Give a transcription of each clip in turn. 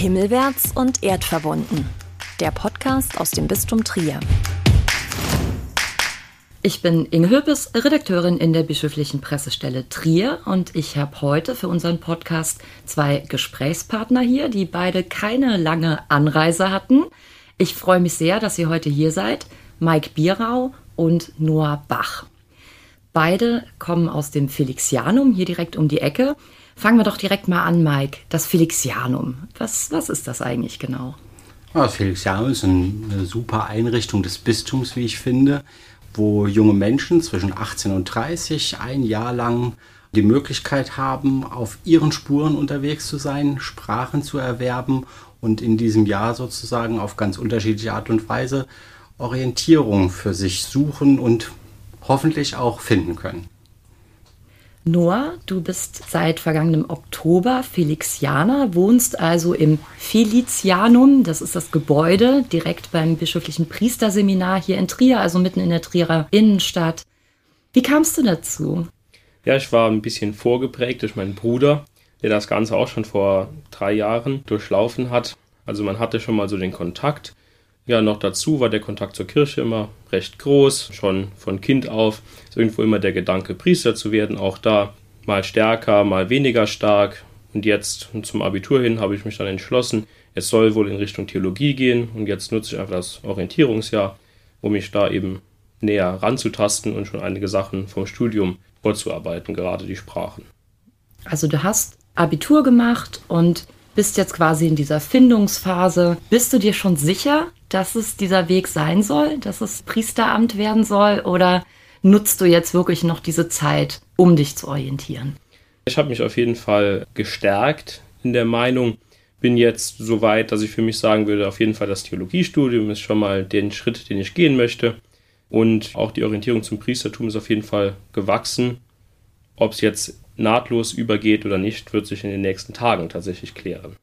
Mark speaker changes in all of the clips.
Speaker 1: Himmelwärts und erdverbunden. Der Podcast aus dem Bistum Trier.
Speaker 2: Ich bin Inge Höpes, Redakteurin in der bischöflichen Pressestelle Trier, und ich habe heute für unseren Podcast 2 Gesprächspartner hier, die beide keine lange Anreise hatten. Ich freue mich sehr, dass ihr heute hier seid, Mike Bierau und Noah Bach. Beide kommen aus dem Felixianum, hier direkt um die Ecke. Fangen wir doch direkt mal an, Mike. Das Felixianum, was ist das eigentlich genau?
Speaker 3: Das Felixianum ist eine super Einrichtung des Bistums, wie ich finde, wo junge Menschen zwischen 18 und 30 ein Jahr lang die Möglichkeit haben, auf ihren Spuren unterwegs zu sein, Sprachen zu erwerben und in diesem Jahr sozusagen auf ganz unterschiedliche Art und Weise Orientierung für sich suchen und hoffentlich auch finden können.
Speaker 2: Noah, du bist seit vergangenem Oktober Felixianer, wohnst also im Felizianum, das ist das Gebäude direkt beim bischöflichen Priesterseminar hier in Trier, also mitten in der Trierer Innenstadt. Wie kamst du dazu?
Speaker 4: Ja, ich war ein bisschen vorgeprägt durch meinen Bruder, der das Ganze auch schon vor 3 Jahren durchlaufen hat. Also man hatte schon mal so den Kontakt. Ja, noch dazu war der Kontakt zur Kirche immer recht groß, schon von Kind auf. Ist irgendwo immer der Gedanke, Priester zu werden, auch da mal stärker, mal weniger stark. Und jetzt zum Abitur hin habe ich mich dann entschlossen, es soll wohl in Richtung Theologie gehen. Und jetzt nutze ich einfach das Orientierungsjahr, um mich da eben näher ranzutasten und schon einige Sachen vom Studium vorzuarbeiten, gerade die Sprachen.
Speaker 2: Also du hast Abitur gemacht und bist jetzt quasi in dieser Findungsphase. Bist du dir schon sicher, dass es dieser Weg sein soll, dass es Priesteramt werden soll, oder nutzt du jetzt wirklich noch diese Zeit, um dich zu orientieren?
Speaker 4: Ich habe mich auf jeden Fall gestärkt in der Meinung, bin jetzt so weit, dass ich für mich sagen würde, auf jeden Fall das Theologiestudium ist schon mal den Schritt, den ich gehen möchte, und auch die Orientierung zum Priestertum ist auf jeden Fall gewachsen. Ob es jetzt nahtlos übergeht oder nicht, wird sich in den nächsten Tagen tatsächlich klären.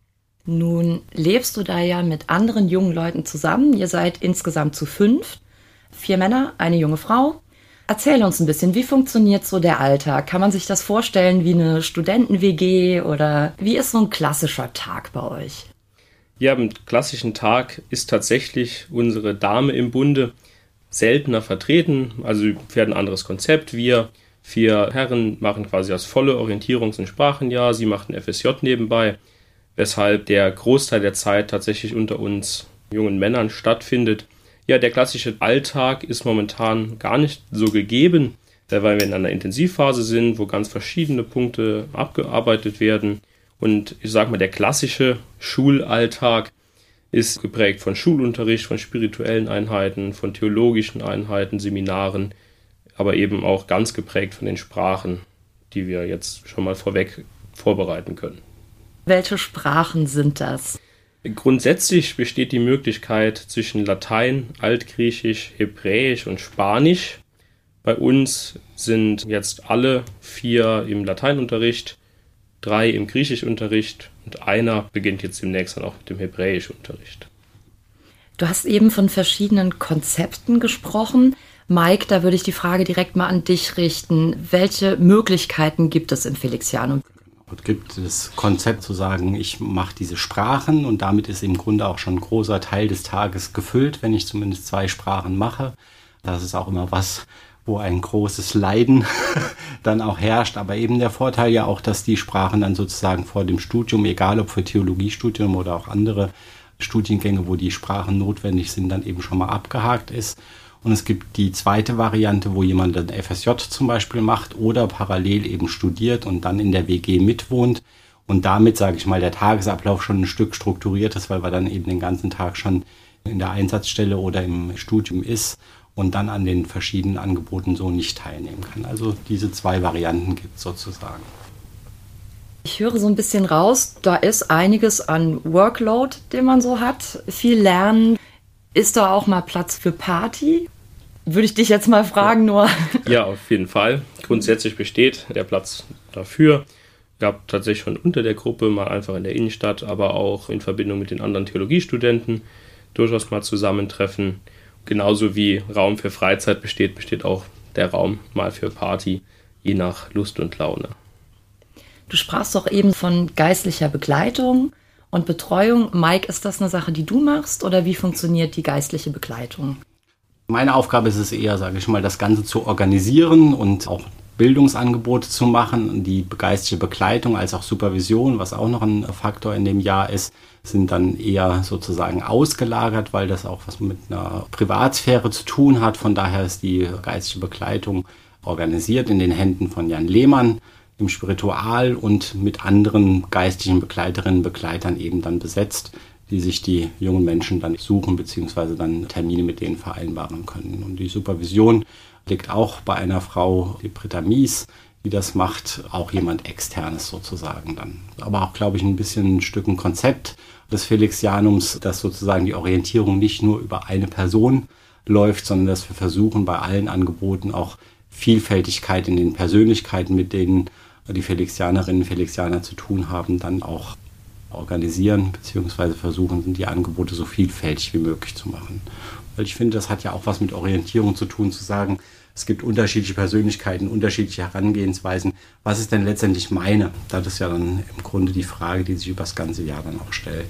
Speaker 2: Nun lebst du da ja mit anderen jungen Leuten zusammen. Ihr seid insgesamt zu 5. 4 Männer, eine junge Frau. Erzähl uns ein bisschen, wie funktioniert so der Alltag? Kann man sich das vorstellen wie eine Studenten-WG, oder wie ist so ein klassischer Tag bei euch?
Speaker 4: Ja, im klassischen Tag ist tatsächlich unsere Dame im Bunde seltener vertreten. Also wir werden ein anderes Konzept. Wir 4 Herren machen quasi das volle Orientierungs- und Sprachenjahr. Sie macht ein FSJ nebenbei, weshalb der Großteil der Zeit tatsächlich unter uns jungen Männern stattfindet. Ja, der klassische Alltag ist momentan gar nicht so gegeben, weil wir in einer Intensivphase sind, wo ganz verschiedene Punkte abgearbeitet werden. Und ich sage mal, der klassische Schulalltag ist geprägt von Schulunterricht, von spirituellen Einheiten, von theologischen Einheiten, Seminaren, aber eben auch ganz geprägt von den Sprachen, die wir jetzt schon mal vorweg vorbereiten können.
Speaker 2: Welche Sprachen sind das?
Speaker 4: Grundsätzlich besteht die Möglichkeit zwischen Latein, Altgriechisch, Hebräisch und Spanisch. Bei uns sind jetzt alle 4 im Lateinunterricht, 3 im Griechischunterricht und einer beginnt jetzt demnächst dann auch mit dem Hebräischunterricht.
Speaker 2: Du hast eben von verschiedenen Konzepten gesprochen. Mike, da würde ich die Frage direkt mal an dich richten. Welche Möglichkeiten gibt es im Felixianum?
Speaker 3: Es gibt das Konzept zu sagen, ich mache diese Sprachen, und damit ist im Grunde auch schon ein großer Teil des Tages gefüllt, wenn ich zumindest 2 Sprachen mache. Das ist auch immer was, wo ein großes Leiden dann auch herrscht. Aber eben der Vorteil ja auch, dass die Sprachen dann sozusagen vor dem Studium, egal ob für Theologiestudium oder auch andere Studiengänge, wo die Sprachen notwendig sind, dann eben schon mal abgehakt ist. Und es gibt die zweite Variante, wo jemand dann FSJ zum Beispiel macht oder parallel eben studiert und dann in der WG mitwohnt und damit, sage ich mal, der Tagesablauf schon ein Stück strukturiert ist, weil man dann eben den ganzen Tag schon in der Einsatzstelle oder im Studium ist und dann an den verschiedenen Angeboten so nicht teilnehmen kann. Also diese 2 Varianten gibt es sozusagen.
Speaker 2: Ich höre so ein bisschen raus, da ist einiges an Workload, den man so hat, viel Lernen. Ist da auch mal Platz für Party? Würde ich dich jetzt mal fragen, Noah.
Speaker 4: Ja, auf jeden Fall. Grundsätzlich besteht der Platz dafür. Es gab tatsächlich schon unter der Gruppe, mal einfach in der Innenstadt, aber auch in Verbindung mit den anderen Theologiestudenten durchaus mal zusammentreffen. Genauso wie Raum für Freizeit besteht auch der Raum mal für Party, je nach Lust und Laune.
Speaker 2: Du sprachst doch eben von geistlicher Begleitung Und Betreuung, Mike, ist das eine Sache, die du machst oder wie funktioniert die geistliche Begleitung?
Speaker 3: Meine Aufgabe ist es eher, sage ich mal, das Ganze zu organisieren und auch Bildungsangebote zu machen. Die geistliche Begleitung als auch Supervision, was auch noch ein Faktor in dem Jahr ist, sind dann eher sozusagen ausgelagert, weil das auch was mit einer Privatsphäre zu tun hat. Von daher ist die geistliche Begleitung organisiert in den Händen von Jan Lehmann im Spiritual und mit anderen geistlichen Begleiterinnen und Begleitern eben dann besetzt, die sich die jungen Menschen dann suchen bzw. dann Termine mit denen vereinbaren können. Und die Supervision liegt auch bei einer Frau, die Britta Mies, die das macht, auch jemand Externes sozusagen dann. Aber auch, glaube ich, ein bisschen ein Stück ein Konzept des Felixianums, dass sozusagen die Orientierung nicht nur über eine Person läuft, sondern dass wir versuchen, bei allen Angeboten auch Vielfältigkeit in den Persönlichkeiten, mit denen die Felixianerinnen und Felixianer zu tun haben, dann auch organisieren bzw. versuchen, die Angebote so vielfältig wie möglich zu machen. Weil ich finde, das hat ja auch was mit Orientierung zu tun, zu sagen, es gibt unterschiedliche Persönlichkeiten, unterschiedliche Herangehensweisen. Was ist denn letztendlich meine? Das ist ja dann im Grunde die Frage, die sich über das ganze Jahr dann auch stellt.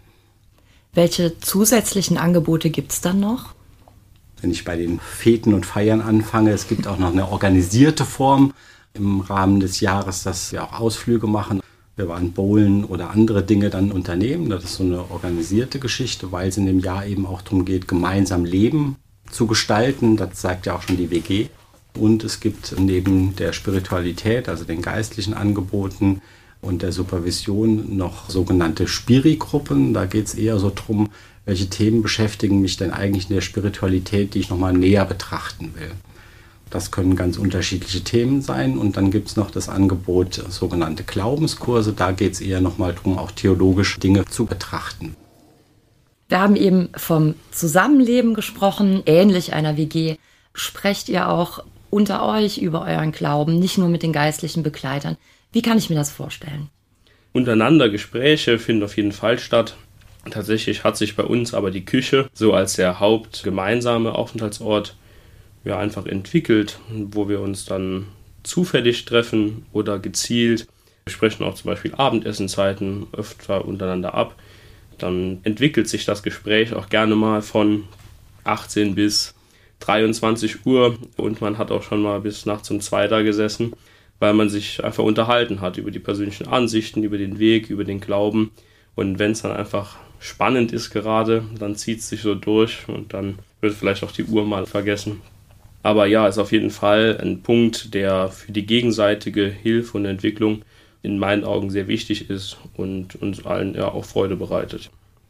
Speaker 2: Welche zusätzlichen Angebote gibt es dann noch?
Speaker 3: Wenn ich bei den Feten und Feiern anfange, es gibt auch noch eine organisierte Form im Rahmen des Jahres, dass wir auch Ausflüge machen. Wir waren bowlen oder andere Dinge dann unternehmen. Das ist so eine organisierte Geschichte, weil es in dem Jahr eben auch darum geht, gemeinsam Leben zu gestalten. Das sagt ja auch schon die WG. Und es gibt neben der Spiritualität, also den geistlichen Angeboten und der Supervision, noch sogenannte Spiri-Gruppen. Da geht es eher so drum, welche Themen beschäftigen mich denn eigentlich in der Spiritualität, die ich nochmal näher betrachten will. Das können ganz unterschiedliche Themen sein. Und dann gibt es noch das Angebot sogenannte Glaubenskurse. Da geht es eher nochmal darum, auch theologisch Dinge zu betrachten.
Speaker 2: Wir haben eben vom Zusammenleben gesprochen, ähnlich einer WG. Sprecht ihr auch unter euch über euren Glauben, nicht nur mit den geistlichen Begleitern? Wie kann ich mir das vorstellen?
Speaker 4: Untereinander Gespräche finden auf jeden Fall statt. Tatsächlich hat sich bei uns aber die Küche so als der hauptgemeinsame Aufenthaltsort einfach entwickelt, wo wir uns dann zufällig treffen oder gezielt. Wir sprechen auch zum Beispiel Abendessenzeiten öfter untereinander ab. Dann entwickelt sich das Gespräch auch gerne mal von 18 bis 23 Uhr und man hat auch schon mal bis nachts um 2 da gesessen, weil man sich einfach unterhalten hat über die persönlichen Ansichten, über den Weg, über den Glauben. Und wenn es dann einfach spannend ist gerade, dann zieht es sich so durch und dann wird vielleicht auch die Uhr mal vergessen. Aber ja, ist auf jeden Fall ein Punkt, der für die gegenseitige Hilfe und Entwicklung in meinen Augen sehr wichtig ist und uns allen ja auch Freude bereitet.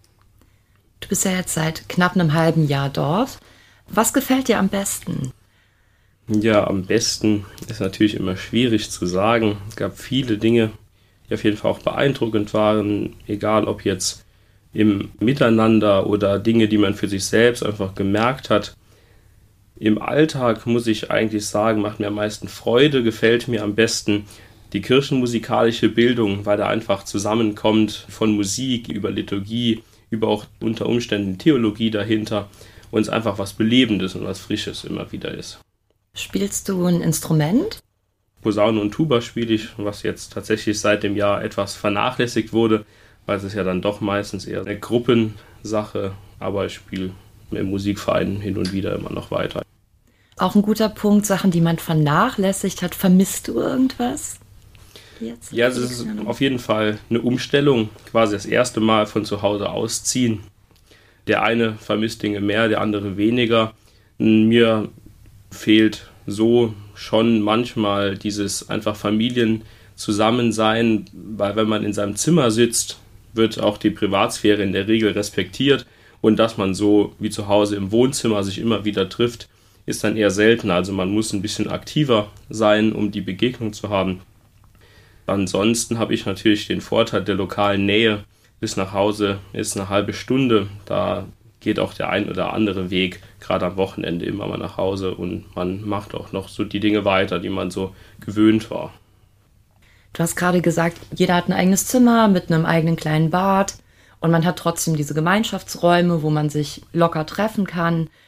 Speaker 2: Du bist ja jetzt seit knapp einem halben Jahr dort. Was gefällt dir am besten?
Speaker 4: Ja, am besten ist natürlich immer schwierig zu sagen. Es gab viele Dinge, die auf jeden Fall auch beeindruckend waren, egal ob jetzt im Miteinander oder Dinge, die man für sich selbst einfach gemerkt hat. Im Alltag muss ich eigentlich sagen, macht mir am meisten Freude, gefällt mir am besten die kirchenmusikalische Bildung, weil da einfach zusammenkommt von Musik über Liturgie, über auch unter Umständen Theologie dahinter und es einfach was Belebendes und was Frisches immer wieder ist.
Speaker 2: Spielst du ein Instrument?
Speaker 4: Posaune und Tuba spiele ich, was jetzt tatsächlich seit dem Jahr etwas vernachlässigt wurde, weil es ist ja dann doch meistens eher eine Gruppensache, aber ich spiele im Musikverein hin und wieder immer noch weiter.
Speaker 2: Auch ein guter Punkt, Sachen, die man vernachlässigt hat. Vermisst du irgendwas?
Speaker 4: Ja, es ist auf jeden Fall eine Umstellung, quasi das erste Mal von zu Hause ausziehen. Der eine vermisst Dinge mehr, der andere weniger. Mir fehlt so schon manchmal dieses einfach Familienzusammensein, weil wenn man in seinem Zimmer sitzt, wird auch die Privatsphäre in der Regel respektiert und dass man so wie zu Hause im Wohnzimmer sich immer wieder trifft, ist dann eher selten. Also man muss ein bisschen aktiver sein, um die Begegnung zu haben. Ansonsten habe ich natürlich den Vorteil der lokalen Nähe. Bis nach Hause ist eine halbe Stunde. Da geht auch der ein oder andere Weg, gerade am Wochenende immer mal nach Hause und man macht auch noch so die Dinge weiter, die man so gewöhnt war.
Speaker 2: Du hast gerade gesagt, jeder hat ein eigenes Zimmer mit einem eigenen kleinen Bad und man hat trotzdem diese Gemeinschaftsräume, wo man sich locker treffen kann.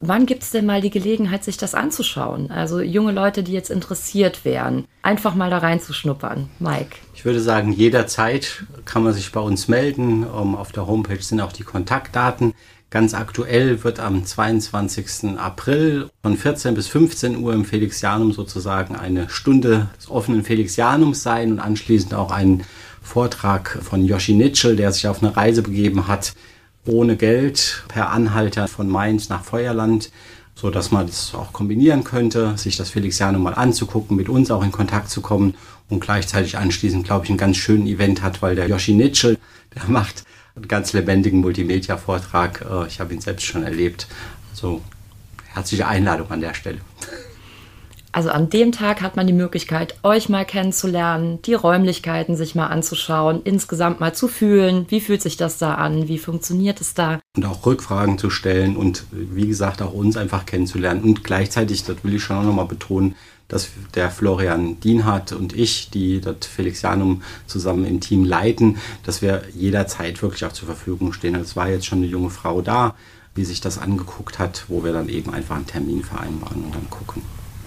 Speaker 2: Wann gibt es denn mal die Gelegenheit, sich das anzuschauen? Also junge Leute, die jetzt interessiert wären, einfach mal da reinzuschnuppern. Mike?
Speaker 3: Ich würde sagen, jederzeit kann man sich bei uns melden. Auf der Homepage sind auch die Kontaktdaten. Ganz aktuell wird am 22. April von 14 bis 15 Uhr im Felicianum sozusagen eine Stunde des offenen Felicianums sein und anschließend auch ein Vortrag von Yoshi Nitschel, der sich auf eine Reise begeben hat, ohne Geld, per Anhalter von Mainz nach Feuerland, so dass man das auch kombinieren könnte, sich das Felicianum mal anzugucken, mit uns auch in Kontakt zu kommen und gleichzeitig anschließend, glaube ich, einen ganz schönen Event hat, weil der Yoshi Nitschel, der macht einen ganz lebendigen Multimedia-Vortrag. Ich habe ihn selbst schon erlebt. Also herzliche Einladung an der Stelle.
Speaker 2: Also an dem Tag hat man die Möglichkeit, euch mal kennenzulernen, die Räumlichkeiten sich mal anzuschauen, insgesamt mal zu fühlen, wie fühlt sich das da an, wie funktioniert es da.
Speaker 3: Und auch Rückfragen zu stellen und wie gesagt auch uns einfach kennenzulernen. Und gleichzeitig, das will ich schon auch nochmal betonen, dass der Florian Dienhardt und ich, die das Felicianum zusammen im Team leiten, dass wir jederzeit wirklich auch zur Verfügung stehen. Es war jetzt schon eine junge Frau da, die sich das angeguckt hat, wo wir dann eben einfach einen Termin vereinbaren und dann gucken.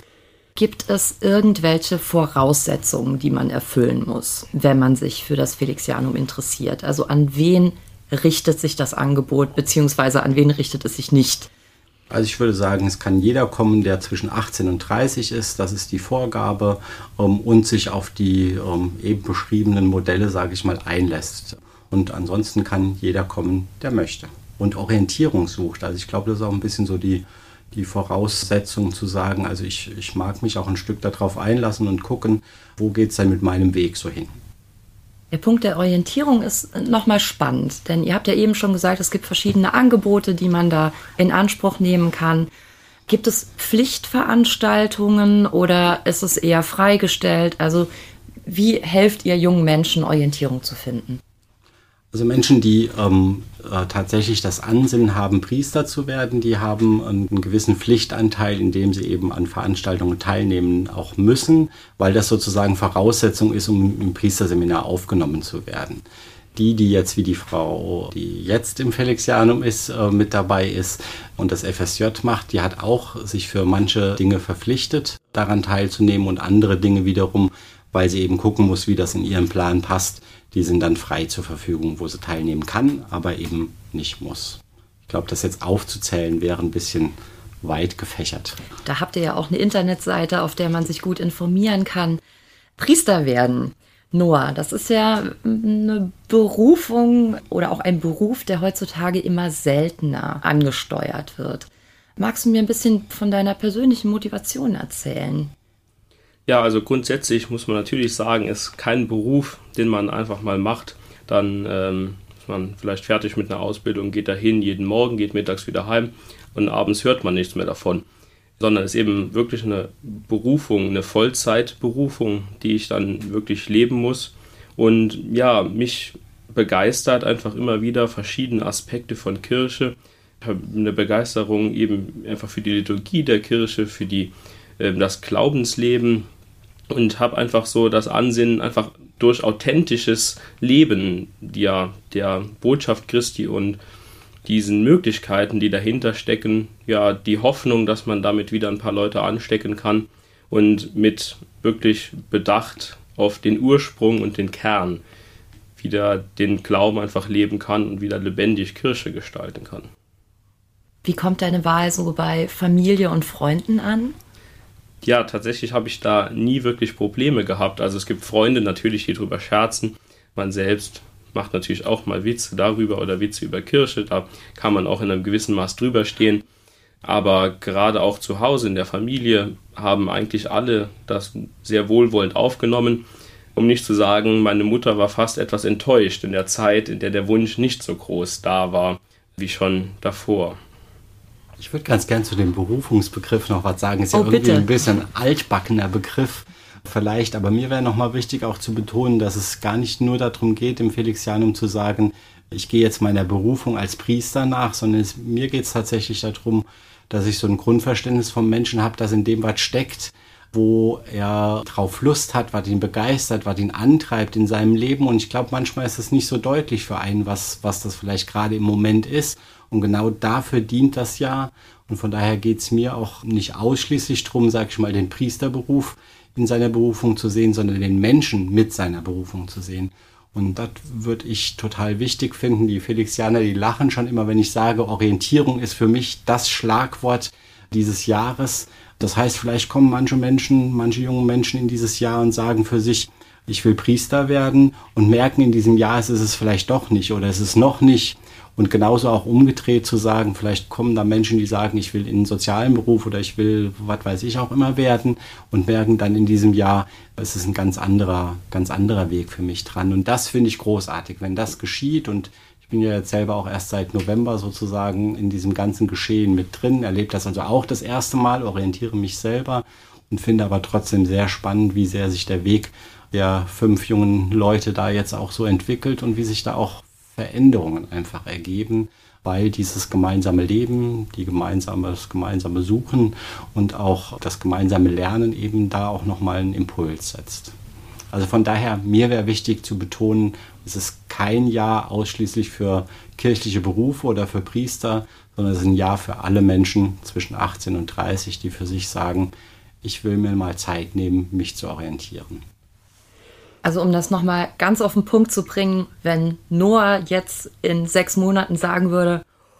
Speaker 2: Gibt es irgendwelche Voraussetzungen, die man erfüllen muss, wenn man sich für das Felicianum interessiert? Also an wen richtet sich das Angebot, beziehungsweise an wen richtet es sich nicht?
Speaker 3: Also ich würde sagen, es kann jeder kommen, der zwischen 18 und 30 ist. Das ist die Vorgabe und sich auf die eben beschriebenen Modelle, sage ich mal, einlässt. Und ansonsten kann jeder kommen, der möchte und Orientierung sucht. Also ich glaube, das ist auch ein bisschen so die Voraussetzung zu sagen, also ich mag mich auch ein Stück darauf einlassen und gucken, wo geht es denn mit meinem Weg so hin.
Speaker 2: Der Punkt der Orientierung ist nochmal spannend, denn ihr habt ja eben schon gesagt, es gibt verschiedene Angebote, die man da in Anspruch nehmen kann. Gibt es Pflichtveranstaltungen oder ist es eher freigestellt? Also wie helft ihr jungen Menschen, Orientierung zu finden?
Speaker 3: Also Menschen, die tatsächlich das Ansinnen haben, Priester zu werden, die haben einen gewissen Pflichtanteil, indem sie eben an Veranstaltungen teilnehmen auch müssen, weil das sozusagen Voraussetzung ist, um im Priesterseminar aufgenommen zu werden. Die jetzt wie die Frau, die jetzt im Felicianum ist, mit dabei ist und das FSJ macht, die hat auch sich für manche Dinge verpflichtet, daran teilzunehmen und andere Dinge wiederum, weil sie eben gucken muss, wie das in ihren Plan passt, die sind dann frei zur Verfügung, wo sie teilnehmen kann, aber eben nicht muss. Ich glaube, das jetzt aufzuzählen wäre ein bisschen weit gefächert.
Speaker 2: Da habt ihr ja auch eine Internetseite, auf der man sich gut informieren kann. Priester werden. Noah, das ist ja eine Berufung oder auch ein Beruf, der heutzutage immer seltener angesteuert wird. Magst du mir ein bisschen von deiner persönlichen Motivation erzählen?
Speaker 4: Ja, also grundsätzlich muss man natürlich sagen, es ist kein Beruf, den man einfach mal macht. Dann ist man vielleicht fertig mit einer Ausbildung, geht dahin jeden Morgen, geht mittags wieder heim und abends hört man nichts mehr davon. Sondern es ist eben wirklich eine Berufung, eine Vollzeitberufung, die ich dann wirklich leben muss. Und ja, mich begeistert einfach immer wieder verschiedene Aspekte von Kirche. Ich habe eine Begeisterung eben einfach für die Liturgie der Kirche, für das Glaubensleben. Und habe einfach so das Ansinnen, einfach durch authentisches Leben der Botschaft Christi und diesen Möglichkeiten, die dahinter stecken, ja, die Hoffnung, dass man damit wieder ein paar Leute anstecken kann und mit wirklich Bedacht auf den Ursprung und den Kern wieder den Glauben einfach leben kann und wieder lebendig Kirche gestalten kann.
Speaker 2: Wie kommt deine Wahl so bei Familie und Freunden an?
Speaker 4: Ja, tatsächlich habe ich da nie wirklich Probleme gehabt. Also es gibt Freunde natürlich, die drüber scherzen. Man selbst macht natürlich auch mal Witze darüber oder Witze über Kirche. Da kann man auch in einem gewissen Maß drüber stehen. Aber gerade auch zu Hause in der Familie haben eigentlich alle das sehr wohlwollend aufgenommen. Um nicht zu sagen, meine Mutter war fast etwas enttäuscht in der Zeit, in der der Wunsch nicht so groß da war wie schon davor.
Speaker 3: Ich würde ganz gern zu dem Berufungsbegriff noch was sagen. Ist ja irgendwie ein bisschen altbackener Begriff vielleicht, aber mir wäre nochmal wichtig auch zu betonen, dass es gar nicht nur darum geht, im Felicianum zu sagen, ich gehe jetzt meiner Berufung als Priester nach, sondern mir geht es tatsächlich darum, dass ich so ein Grundverständnis vom Menschen habe, dass in dem was steckt, wo er drauf Lust hat, was ihn begeistert, was ihn antreibt in seinem Leben. Und ich glaube, manchmal ist es nicht so deutlich für einen, was das vielleicht gerade im Moment ist. Und genau dafür dient das Jahr. Und von daher geht es mir auch nicht ausschließlich darum, sage ich mal, den Priesterberuf in seiner Berufung zu sehen, sondern den Menschen mit seiner Berufung zu sehen. Und das würde ich total wichtig finden. Die Felixianer, die lachen schon immer, wenn ich sage, Orientierung ist für mich das Schlagwort dieses Jahres. Das heißt, vielleicht kommen manche junge Menschen in dieses Jahr und sagen für sich, ich will Priester werden, und merken in diesem Jahr, es ist es vielleicht doch nicht oder es ist noch nicht. Und genauso auch umgedreht zu sagen, vielleicht kommen da Menschen, die sagen, ich will in einen sozialen Beruf oder ich will, was weiß ich, auch immer werden, und merken dann in diesem Jahr, es ist ein ganz anderer Weg für mich dran. Und das finde ich großartig, wenn das geschieht. Und ich bin ja jetzt selber auch erst seit November sozusagen in diesem ganzen Geschehen mit drin, erlebe das also auch das erste Mal, orientiere mich selber und finde aber trotzdem sehr spannend, wie sehr sich der Weg der 5 jungen Leute da jetzt auch so entwickelt und wie sich da auch Veränderungen einfach ergeben, weil dieses gemeinsame Leben, das gemeinsame Suchen und auch das gemeinsame Lernen eben da auch nochmal einen Impuls setzt. Also von daher, mir wäre wichtig zu betonen, es ist kein Jahr ausschließlich für kirchliche Berufe oder für Priester, sondern es ist ein Jahr für alle Menschen zwischen 18 und 30, die für sich sagen, ich will mir mal Zeit nehmen, mich zu orientieren.
Speaker 2: Also um das nochmal ganz auf den Punkt zu bringen, wenn Noah jetzt in 6 Monaten sagen würde,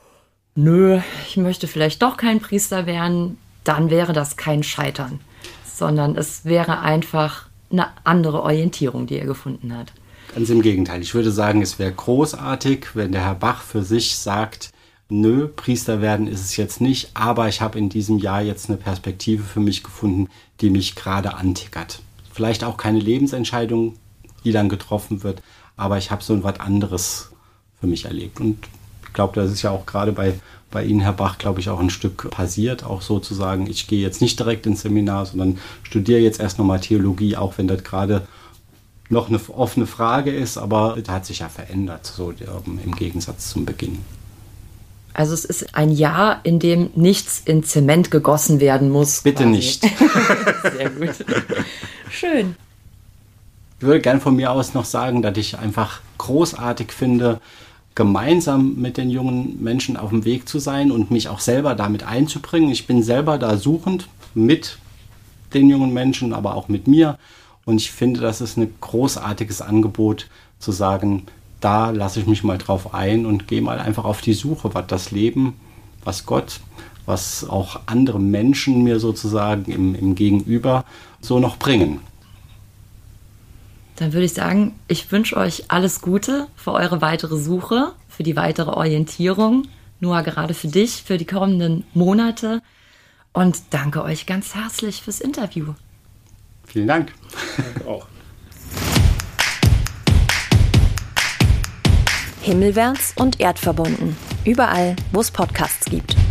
Speaker 2: nö, ich möchte vielleicht doch kein Priester werden, dann wäre das kein Scheitern, sondern es wäre einfach eine andere Orientierung, die er gefunden hat.
Speaker 3: Ganz im Gegenteil. Ich würde sagen, es wäre großartig, wenn der Herr Bach für sich sagt, nö, Priester werden ist es jetzt nicht, aber ich habe in diesem Jahr jetzt eine Perspektive für mich gefunden, die mich gerade antickert. Vielleicht auch keine Lebensentscheidung, die dann getroffen wird, aber ich habe so was anderes für mich erlebt. Und ich glaube, das ist ja auch gerade bei Ihnen, Herr Bach, glaube ich, auch ein Stück passiert, auch sozusagen, ich gehe jetzt nicht direkt ins Seminar, sondern studiere jetzt erst nochmal Theologie, auch wenn das gerade noch eine offene Frage ist, aber das hat sich ja verändert, so im Gegensatz zum Beginn.
Speaker 2: Also es ist ein Jahr, in dem nichts in Zement gegossen werden muss.
Speaker 3: Bitte quasi. Nicht.
Speaker 2: Sehr gut. Schön.
Speaker 3: Ich würde gerne von mir aus noch sagen, dass ich einfach großartig finde, gemeinsam mit den jungen Menschen auf dem Weg zu sein und mich auch selber damit einzubringen. Ich bin selber da suchend mit den jungen Menschen, aber auch mit mir. Und ich finde, das ist ein großartiges Angebot, zu sagen, da lasse ich mich mal drauf ein und gehe mal einfach auf die Suche, was das Leben, was Gott, was auch andere Menschen mir sozusagen im Gegenüber so noch bringen.
Speaker 2: Dann würde ich sagen, ich wünsche euch alles Gute für eure weitere Suche, für die weitere Orientierung. Noah, gerade für dich, für die kommenden Monate. Und danke euch ganz herzlich fürs Interview.
Speaker 3: Vielen Dank.
Speaker 4: Danke auch.
Speaker 1: Himmelwärts und erdverbunden. Überall, wo es Podcasts gibt.